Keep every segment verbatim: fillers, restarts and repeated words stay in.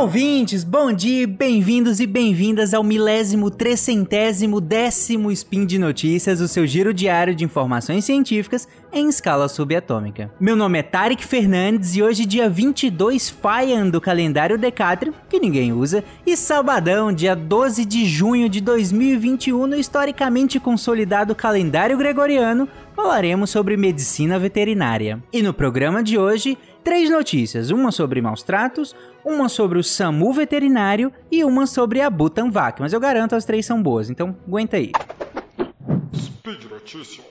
ouvintes, bom dia, bem-vindos e bem-vindas ao milésimo, trecentésimo, décimo Spin de Notícias, o seu giro diário de informações científicas em escala subatômica. Meu nome é Tarek Fernandes e hoje dia vinte e dois Faian do calendário Decátrio, que ninguém usa, e sabadão, dia doze de junho de dois mil e vinte e um, no historicamente consolidado calendário gregoriano, falaremos sobre medicina veterinária. E no programa de hoje, três notícias, uma sobre maus tratos, uma sobre o SAMU veterinário e uma sobre a Butanvac, mas eu garanto as três são boas, então aguenta aí. Speed Notícias.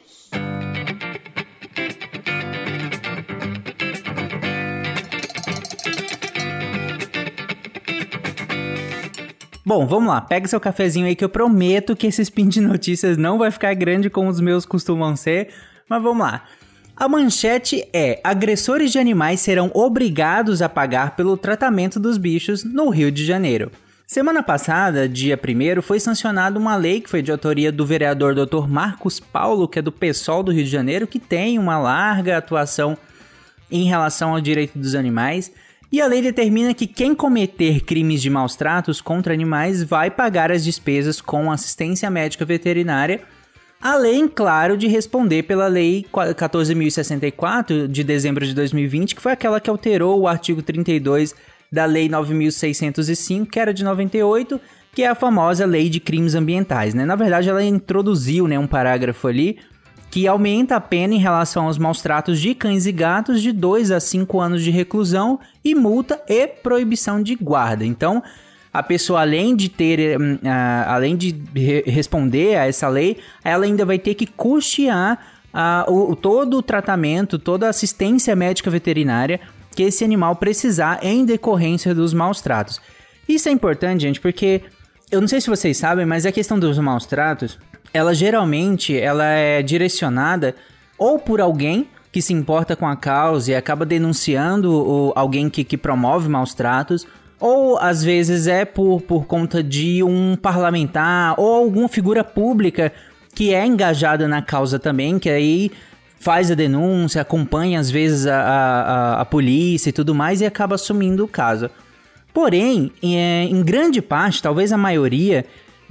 Bom, vamos lá, pega seu cafezinho aí que eu prometo que esse Spin de Notícias não vai ficar grande como os meus costumam ser, mas vamos lá. A manchete é: agressores de animais serão obrigados a pagar pelo tratamento dos bichos no Rio de Janeiro. Semana passada, dia primeiro, foi sancionada uma lei que foi de autoria do vereador doutor Marcos Paulo, que é do PSOL do Rio de Janeiro, que tem uma larga atuação em relação ao direito dos animais. E a lei determina que quem cometer crimes de maus tratos contra animais vai pagar as despesas com assistência médica veterinária, além, claro, de responder pela Lei quatorze mil e sessenta e quatro, de dezembro de dois mil e vinte, que foi aquela que alterou o artigo trinta e dois da Lei nove mil seiscentos e cinco, que era de noventa e oito, que é a famosa Lei de Crimes Ambientais, né? Na verdade, ela introduziu, né, um parágrafo ali que aumenta a pena em relação aos maus tratos de cães e gatos de dois a cinco anos de reclusão e multa e proibição de guarda. Então, a pessoa, além de ter, uh, além de re- responder a essa lei, ela ainda vai ter que custear uh, o, todo o tratamento, toda a assistência médica veterinária que esse animal precisar em decorrência dos maus tratos. Isso é importante, gente, porque eu não sei se vocês sabem, mas a questão dos maus tratos, ela geralmente ela é direcionada ou por alguém que se importa com a causa e acaba denunciando o, alguém que, que promove maus tratos, ou às vezes é por, por conta de um parlamentar ou alguma figura pública que é engajada na causa também, que aí faz a denúncia, acompanha às vezes a, a, a polícia e tudo mais e acaba assumindo o caso. Porém, em, em grande parte, talvez a maioria,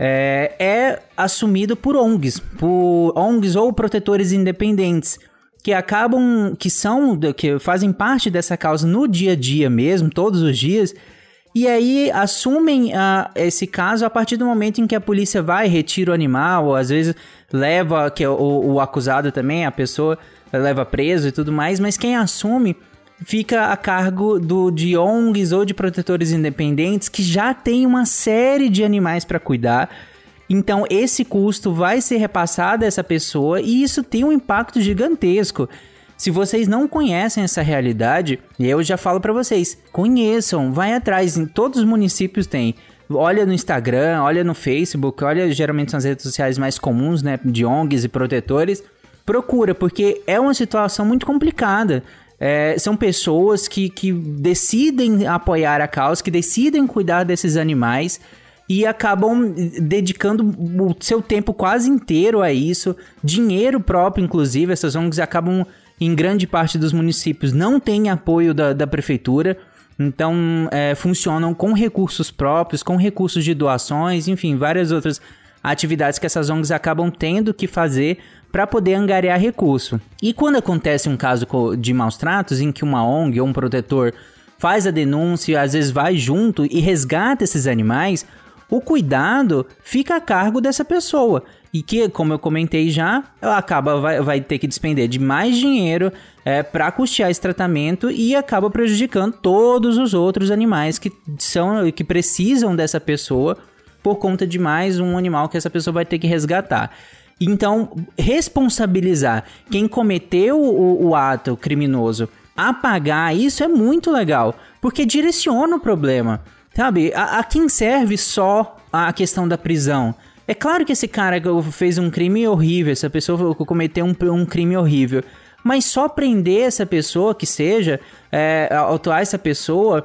é, é assumido por O N Gs, por O N Gs ou protetores independentes, que acabam, que são, que fazem parte dessa causa no dia a dia mesmo, todos os dias. E aí assumem uh, esse caso a partir do momento em que a polícia vai, retira o animal, ou às vezes leva, que o, o acusado também, a pessoa leva preso e tudo mais, mas quem assume fica a cargo do, de O N Gs ou de protetores independentes que já tem uma série de animais para cuidar. Então esse custo vai ser repassado a essa pessoa e isso tem um impacto gigantesco. Se vocês não conhecem essa realidade, eu já falo para vocês, conheçam, vai atrás, em todos os municípios tem. Olha no Instagram, olha no Facebook, olha geralmente nas redes sociais mais comuns, né, de O N Gs e protetores. Procura, porque é uma situação muito complicada. É, são pessoas que, que decidem apoiar a causa, que decidem cuidar desses animais e acabam dedicando o seu tempo quase inteiro a isso, dinheiro próprio, inclusive. Essas O N Gs acabam, em grande parte dos municípios, não têm apoio da, da prefeitura, então é, funcionam com recursos próprios, com recursos de doações, enfim, várias outras atividades que essas O N Gs acabam tendo que fazer para poder angariar recurso. E quando acontece um caso de maus tratos, em que uma O N G ou um protetor faz a denúncia, às vezes vai junto e resgata esses animais, o cuidado fica a cargo dessa pessoa. E que, como eu comentei já, ela acaba, vai, vai ter que despender de mais dinheiro é, para custear esse tratamento e acaba prejudicando todos os outros animais que, são, que precisam dessa pessoa por conta de mais um animal que essa pessoa vai ter que resgatar. Então, responsabilizar quem cometeu o, o ato criminoso a pagar, isso é muito legal, porque direciona o problema, sabe? A, a quem serve só a questão da prisão? É claro que esse cara fez um crime horrível, essa pessoa cometeu um, um crime horrível, mas só prender essa pessoa, que seja, é, autuar essa pessoa,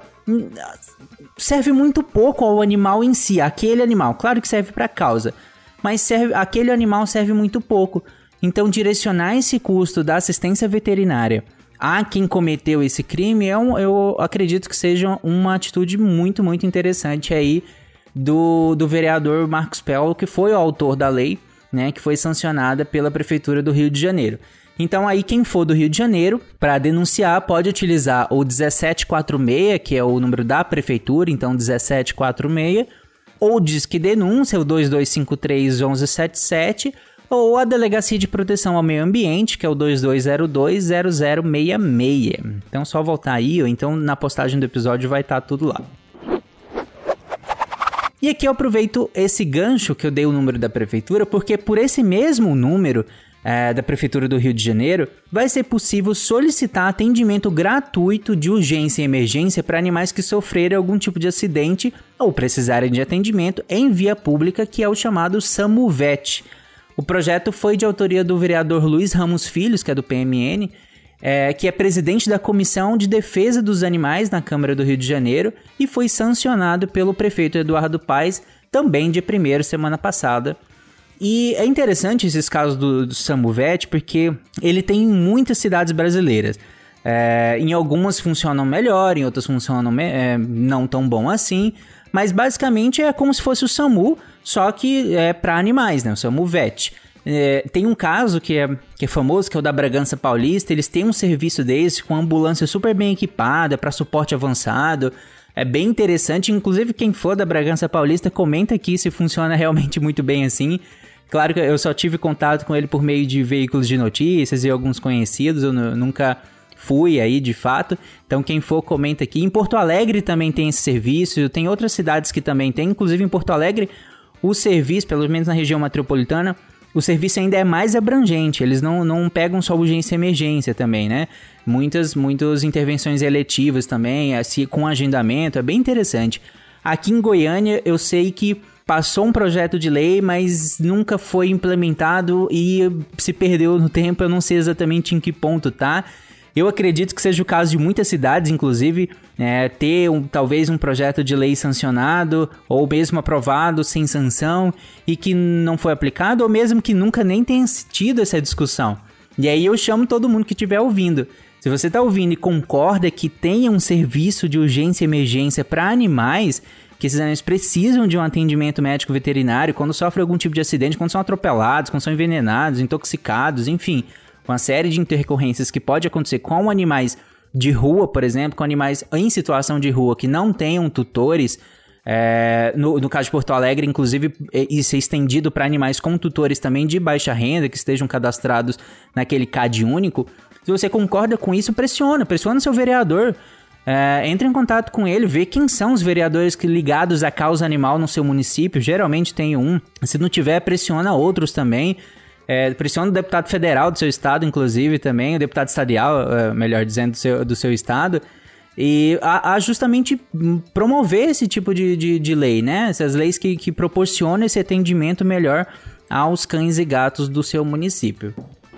serve muito pouco ao animal em si, aquele animal. Claro que serve para a causa, mas serve, aquele animal serve muito pouco. Então, direcionar esse custo da assistência veterinária a quem cometeu esse crime, é um, eu acredito que seja uma atitude muito, muito interessante aí do, do vereador Marcos Pello, que foi o autor da lei, né, que foi sancionada pela Prefeitura do Rio de Janeiro. Então aí quem for do Rio de Janeiro, para denunciar, pode utilizar o dezessete quarenta e seis, que é o número da Prefeitura, então dezessete quarenta e seis, ou Disque Denúncia, o dois dois cinco três, um um sete sete, ou a Delegacia de Proteção ao Meio Ambiente, que é o dois dois zero dois, zero zero seis seis. Então só voltar aí, ou então na postagem do episódio vai estar tudo lá. E aqui eu aproveito esse gancho que eu dei o número da Prefeitura, porque por esse mesmo número é, da Prefeitura do Rio de Janeiro, vai ser possível solicitar atendimento gratuito de urgência e emergência para animais que sofreram algum tipo de acidente ou precisarem de atendimento em via pública, que é o chamado SAMUVET. O projeto foi de autoria do vereador Luiz Ramos Filhos, que é do P M N, é, que é presidente da Comissão de Defesa dos Animais na Câmara do Rio de Janeiro e foi sancionado pelo prefeito Eduardo Paes, também de primeiro, semana passada. E é interessante esses casos do, do SAMUVET, porque ele tem em muitas cidades brasileiras. É, em algumas funcionam melhor, em outras funcionam é, não tão bom assim, mas basicamente é como se fosse o SAMU, só que é para animais, né? O SAMUVET. É, tem um caso que é, que é famoso, que é o da Bragança Paulista. Eles têm um serviço desse com ambulância super bem equipada para suporte avançado. É bem interessante, inclusive quem for da Bragança Paulista comenta aqui se funciona realmente muito bem assim. Claro que eu só tive contato com ele por meio de veículos de notícias e alguns conhecidos, eu n- nunca fui aí de fato. Então quem for comenta aqui. Em Porto Alegre também tem esse serviço, tem outras cidades que também tem, inclusive em Porto Alegre o serviço, pelo menos na região metropolitana, o serviço ainda é mais abrangente, eles não, não pegam só urgência e emergência também, né? Muitas, muitas intervenções eletivas também, assim, com agendamento, é bem interessante. Aqui em Goiânia eu sei que passou um projeto de lei, mas nunca foi implementado e se perdeu no tempo, eu não sei exatamente em que ponto tá. Eu acredito que seja o caso de muitas cidades, inclusive, é, ter um, talvez um projeto de lei sancionado ou mesmo aprovado sem sanção e que não foi aplicado, ou mesmo que nunca nem tenha tido essa discussão. E aí eu chamo todo mundo que estiver ouvindo. Se você está ouvindo e concorda que tenha um serviço de urgência e emergência para animais, que esses animais precisam de um atendimento médico veterinário quando sofrem algum tipo de acidente, quando são atropelados, quando são envenenados, intoxicados, enfim, uma série de intercorrências que pode acontecer com animais de rua, por exemplo, com animais em situação de rua que não tenham tutores. É, no, no caso de Porto Alegre, inclusive, isso é estendido para animais com tutores também de baixa renda, que estejam cadastrados naquele C A D único. Se você concorda com isso, pressiona, pressiona seu vereador. É, entre em contato com ele, vê quem são os vereadores que, ligados à causa animal no seu município. Geralmente tem um. Se não tiver, pressiona outros também. É, pressiona o deputado federal do seu estado, inclusive, também. O deputado estadual, é, melhor dizendo, do seu, do seu estado. E a, a justamente promover esse tipo de, de, de lei, né? Essas leis que, que proporcionam esse atendimento melhor aos cães e gatos do seu município.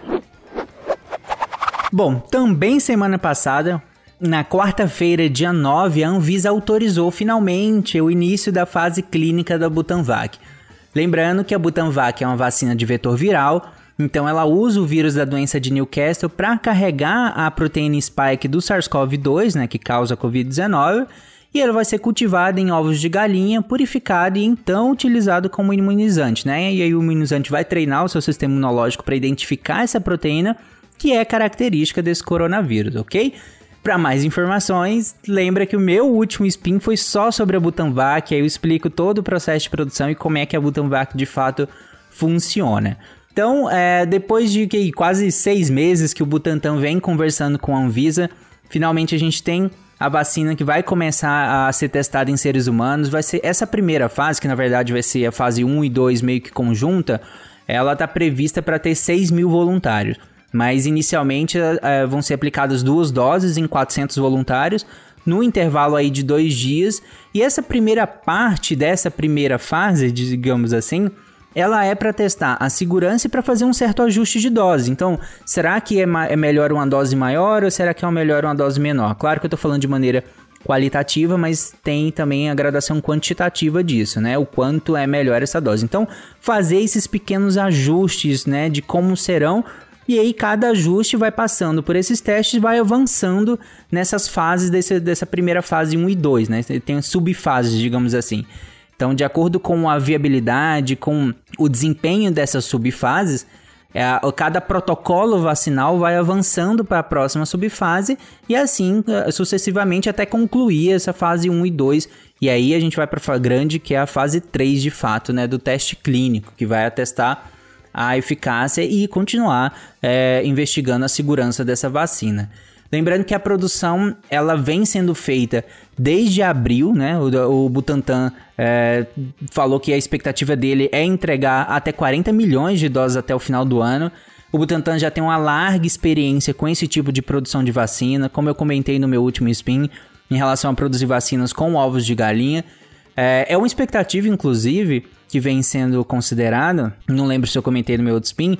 Bom, também semana passada, na quarta-feira, dia nove, a Anvisa autorizou finalmente o início da fase clínica da Butanvac. Lembrando que a Butanvac é uma vacina de vetor viral, então ela usa o vírus da doença de Newcastle para carregar a proteína spike do SARS-CoV dois, né, que causa a covid dezenove, e ela vai ser cultivada em ovos de galinha, purificada e então utilizado como imunizante, né? E aí o imunizante vai treinar o seu sistema imunológico para identificar essa proteína, que é característica desse coronavírus, ok? Para mais informações, lembra que o meu último spin foi só sobre a Butanvac, aí eu explico todo o processo de produção e como é que a Butanvac de fato funciona. Então, é, depois de que, quase seis meses que o Butantan vem conversando com a Anvisa, finalmente a gente tem a vacina que vai começar a ser testada em seres humanos. Vai ser essa primeira fase, que na verdade vai ser a fase um e dois meio que conjunta, ela está prevista para ter seis mil voluntários. Mas inicialmente é, vão ser aplicadas duas doses em quatrocentos voluntários, no intervalo aí de dois dias. E essa primeira parte dessa primeira fase, digamos assim, ela é para testar a segurança e para fazer um certo ajuste de dose. Então, será que é, ma- é melhor uma dose maior ou será que é melhor uma dose menor? Claro que eu estou falando de maneira qualitativa, mas tem também a gradação quantitativa disso, né? O quanto é melhor essa dose. Então, fazer esses pequenos ajustes, né, de como serão E aí cada ajuste vai passando por esses testes e vai avançando nessas fases desse, dessa primeira fase um e dois, né? Tem subfases, digamos assim. Então, de acordo com a viabilidade, com o desempenho dessas subfases, é, cada protocolo vacinal vai avançando para a próxima subfase e assim sucessivamente até concluir essa fase um e dois. E aí a gente vai para a grande, que é a fase três de fato, né, do teste clínico, que vai atestar a eficácia e continuar é, investigando a segurança dessa vacina. Lembrando que a produção ela vem sendo feita desde abril, né? O, o Butantan é, falou que a expectativa dele é entregar até quarenta milhões de doses até o final do ano. O Butantan já tem uma larga experiência com esse tipo de produção de vacina, como eu comentei no meu último spin, em relação a produzir vacinas com ovos de galinha. É, é uma expectativa, inclusive, que vem sendo considerada, não lembro se eu comentei no meu outro spin,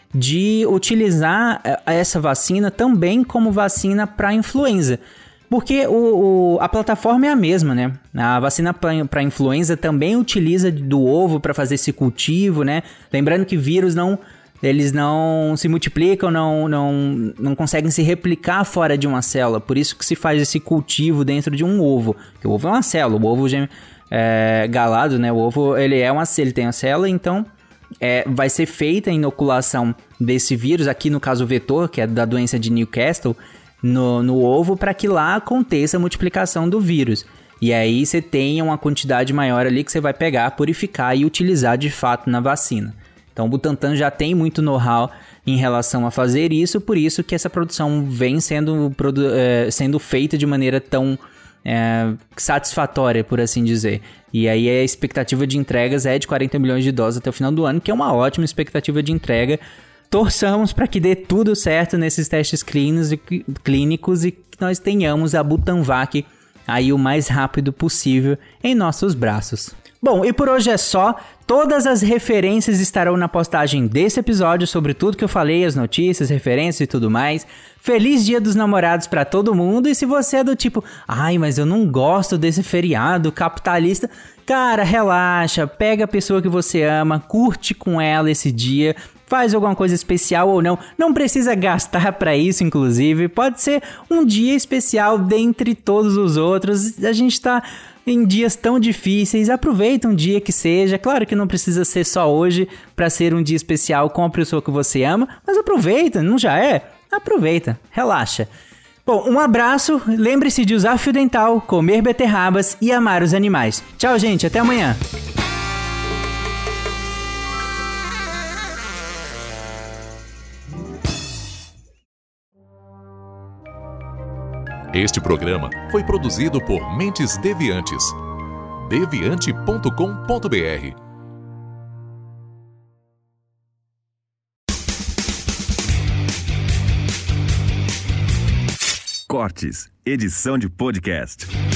de utilizar essa vacina também como vacina para influenza. Porque o, o, a plataforma é a mesma, né? A vacina para influenza também utiliza do ovo para fazer esse cultivo, né? Lembrando que vírus não, eles não se multiplicam, não, não, não conseguem se replicar fora de uma célula. Por isso que se faz esse cultivo dentro de um ovo. Porque o ovo é uma célula, o ovo é, galado, né? O ovo ele é uma, ele tem uma célula, então... É, vai ser feita a inoculação desse vírus, aqui no caso o vetor, que é da doença de Newcastle, no, no ovo, para que lá aconteça a multiplicação do vírus. E aí você tenha uma quantidade maior ali que você vai pegar, purificar e utilizar de fato na vacina. Então o Butantan já tem muito know-how em relação a fazer isso, por isso que essa produção vem sendo, produ- é, sendo feita de maneira tão... É, satisfatória, por assim dizer. E aí a expectativa de entregas é de quarenta milhões de doses até o final do ano, que é uma ótima expectativa de entrega. Torçamos para que dê tudo certo nesses testes clínicos e, clínicos e que nós tenhamos a Butanvac aí o mais rápido possível em nossos braços. Bom, e por hoje é só. Todas as referências estarão na postagem desse episódio sobre tudo que eu falei, as notícias, referências e tudo mais. Feliz Dia dos Namorados pra todo mundo. E se você é do tipo, ai, mas eu não gosto desse feriado capitalista, cara, relaxa, pega a pessoa que você ama, curte com ela esse dia, faz alguma coisa especial ou não. Não precisa gastar pra isso, inclusive. Pode ser um dia especial dentre todos os outros. A gente tá... em dias tão difíceis, aproveita um dia que seja. Claro que não precisa ser só hoje para ser um dia especial com a pessoa que você ama, mas aproveita, não já é? Aproveita, relaxa. Bom, um abraço, lembre-se de usar fio dental, comer beterrabas e amar os animais. Tchau, gente, até amanhã. Este programa foi produzido por Mentes Deviantes. deviante ponto com ponto b r. Cortes, edição de podcast.